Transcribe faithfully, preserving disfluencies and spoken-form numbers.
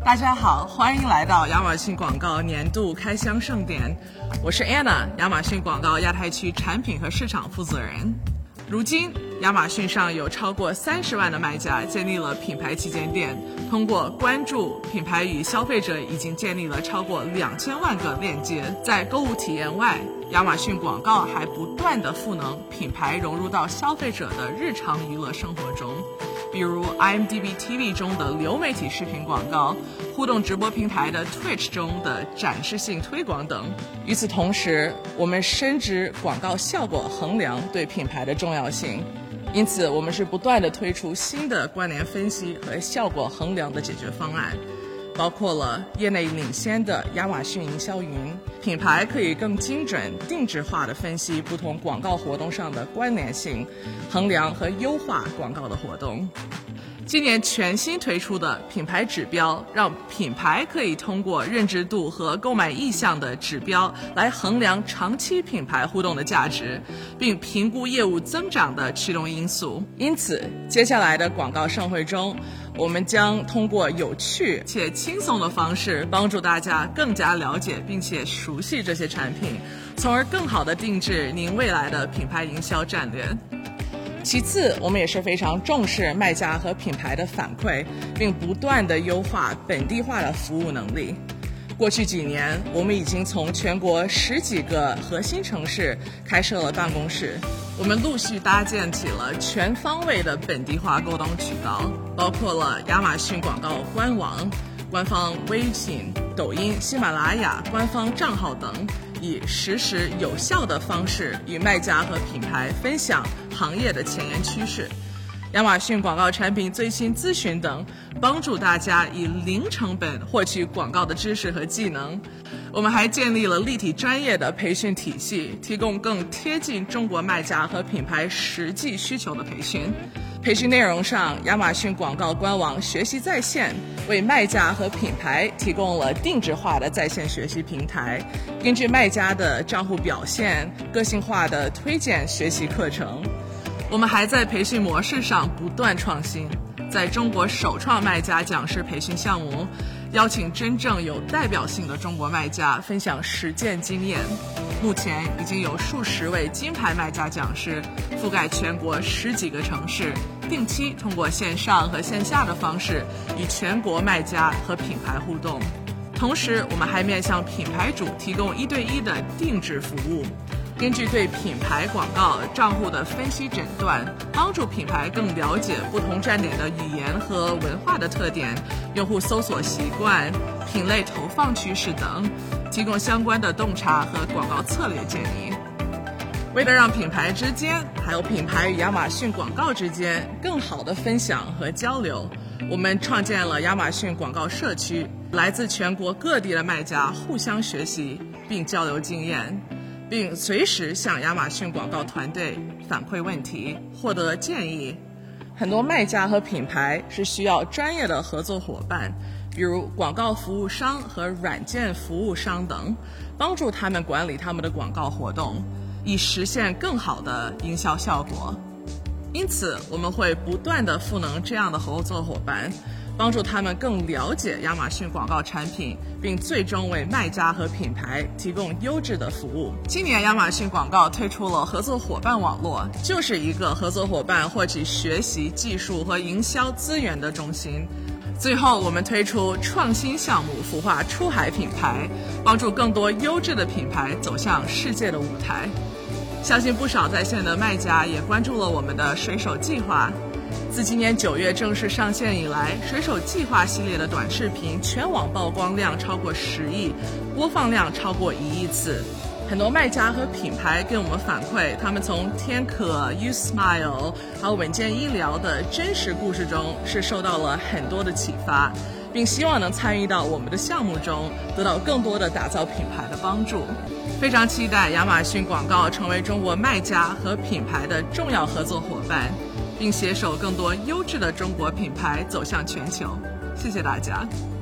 大家好，欢迎来到亚马逊广告年度开箱盛典。我是 Anna， 亚马逊广告亚太区产品和市场负责人。如今，亚马逊上有超过三十万的卖家建立了品牌旗舰店，通过关注品牌与消费者，已经建立了超过两千万个链接。在购物体验外，亚马逊广告还不断地赋能品牌融入到消费者的日常娱乐生活中。比如 I M D B T V 中的流媒体视频广告，互动直播平台的 Twitch 中的展示性推广等。与此同时，我们深知广告效果衡量对品牌的重要性，因此我们是不断地推出新的关联分析和效果衡量的解决方案，包括了业内领先的亚马逊营销云，品牌可以更精准、定制化地分析不同广告活动上的关联性，衡量和优化广告的活动。今年全新推出的品牌指标，让品牌可以通过认知度和购买意向的指标来衡量长期品牌互动的价值，并评估业务增长的驱动因素。因此，接下来的广告盛会中，我们将通过有趣且轻松的方式，帮助大家更加了解并且熟悉这些产品，从而更好地定制您未来的品牌营销战略。其次，我们也是非常重视卖家和品牌的反馈，并不断地优化本地化的服务能力。过去几年，我们已经从全国十几个核心城市开设了办公室，我们陆续搭建起了全方位的本地化沟通渠道，包括了亚马逊广告官网、官方微信、抖音、喜马拉雅官方账号等，以实时有效的方式与卖家和品牌分享行业的前沿趋势、亚马逊广告产品最新咨询等，帮助大家以零成本获取广告的知识和技能。我们还建立了立体专业的培训体系，提供更贴近中国卖家和品牌实际需求的培训。培训内容上，亚马逊广告官网学习在线为卖家和品牌提供了定制化的在线学习平台，根据卖家的账户表现，个性化的推荐学习课程。我们还在培训模式上不断创新，在中国首创卖家讲师培训项目，邀请真正有代表性的中国卖家分享实践经验。目前已经有数十位金牌卖家讲师覆盖全国十几个城市，定期通过线上和线下的方式与全国卖家和品牌互动。同时，我们还面向品牌主提供一对一的定制服务，根据对品牌广告账户的分析诊断，帮助品牌更了解不同站点的语言和文化的特点、用户搜索习惯、品类投放趋势等，提供相关的洞察和广告策略建议。为了让品牌之间还有品牌与亚马逊广告之间更好的分享和交流，我们创建了亚马逊广告社区，来自全国各地的卖家互相学习并交流经验，并随时向亚马逊广告团队反馈问题，获得建议。很多卖家和品牌是需要专业的合作伙伴，比如广告服务商和软件服务商等，帮助他们管理他们的广告活动，以实现更好的营销效果。因此，我们会不断地赋能这样的合作伙伴，帮助他们更了解亚马逊广告产品，并最终为卖家和品牌提供优质的服务。今年亚马逊广告推出了合作伙伴网络，就是一个合作伙伴获取学习、技术和营销资源的中心。最后，我们推出创新项目孵化出海品牌，帮助更多优质的品牌走向世界的舞台。相信不少在线的卖家也关注了我们的水手计划。自今年九月正式上线以来，水手计划系列的短视频全网曝光量超过十亿，播放量超过一亿次。很多卖家和品牌跟我们反馈，他们从天可、You Smile 还有稳健医疗的真实故事中是受到了很多的启发，并希望能参与到我们的项目中，得到更多的打造品牌的帮助。非常期待亚马逊广告成为中国卖家和品牌的重要合作伙伴，并携手更多优质的中国品牌走向全球。谢谢大家。